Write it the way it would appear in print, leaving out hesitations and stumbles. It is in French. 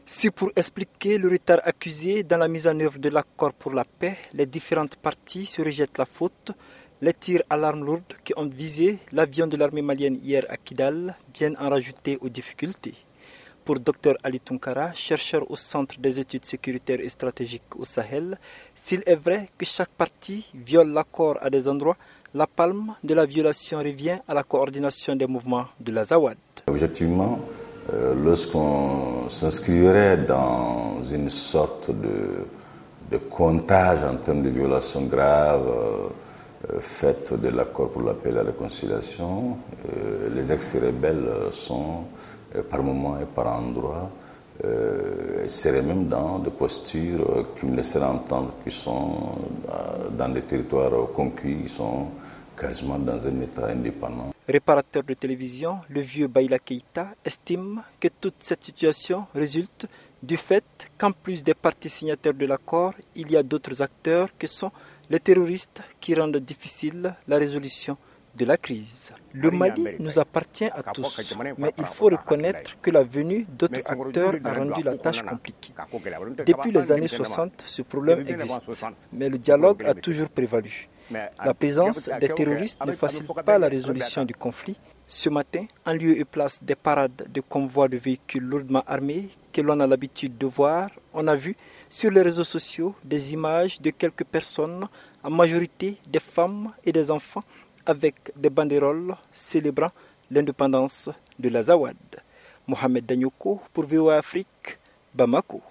C'est pour expliquer le retard accusé dans la mise en œuvre de l'accord pour la paix, les différentes parties se rejettent la faute. Les tirs à l'arme lourde qui ont visé l'avion de l'armée malienne hier à Kidal viennent en rajouter aux difficultés. Pour Dr Ali Tunkara, chercheur au Centre des études sécuritaires et stratégiques au Sahel, s'il est vrai que chaque partie viole l'accord à des endroits, la palme de la violation revient à la coordination des mouvements de l'Azawad. Objectivement, lorsqu'on s'inscrirait dans une sorte de comptage en termes de violations graves faites de l'accord pour la paix et la réconciliation, les ex-rebelles sont par moments et par endroits seraient même dans des postures qui me laisseraient entendre qu'ils sont dans des territoires conquis, ils sont quasiment dans un état indépendant. Réparateur de télévision, le vieux Baïla Keïta estime que toute cette situation résulte du fait qu'en plus des parties signataires de l'accord, il y a d'autres acteurs que sont les terroristes qui rendent difficile la résolution de la crise. Le Mali nous appartient à tous, mais il faut reconnaître que la venue d'autres acteurs a rendu la tâche compliquée. Depuis les années 60, ce problème existe, mais le dialogue a toujours prévalu. La présence des terroristes ne facilite pas la résolution du conflit. Ce matin, en lieu et place des parades de convois de véhicules lourdement armés que l'on a l'habitude de voir, on a vu sur les réseaux sociaux des images de quelques personnes, en majorité des femmes et des enfants, avec des banderoles célébrant l'indépendance de l'Azawad. Mohamed Danyoko pour VOA Afrique, Bamako.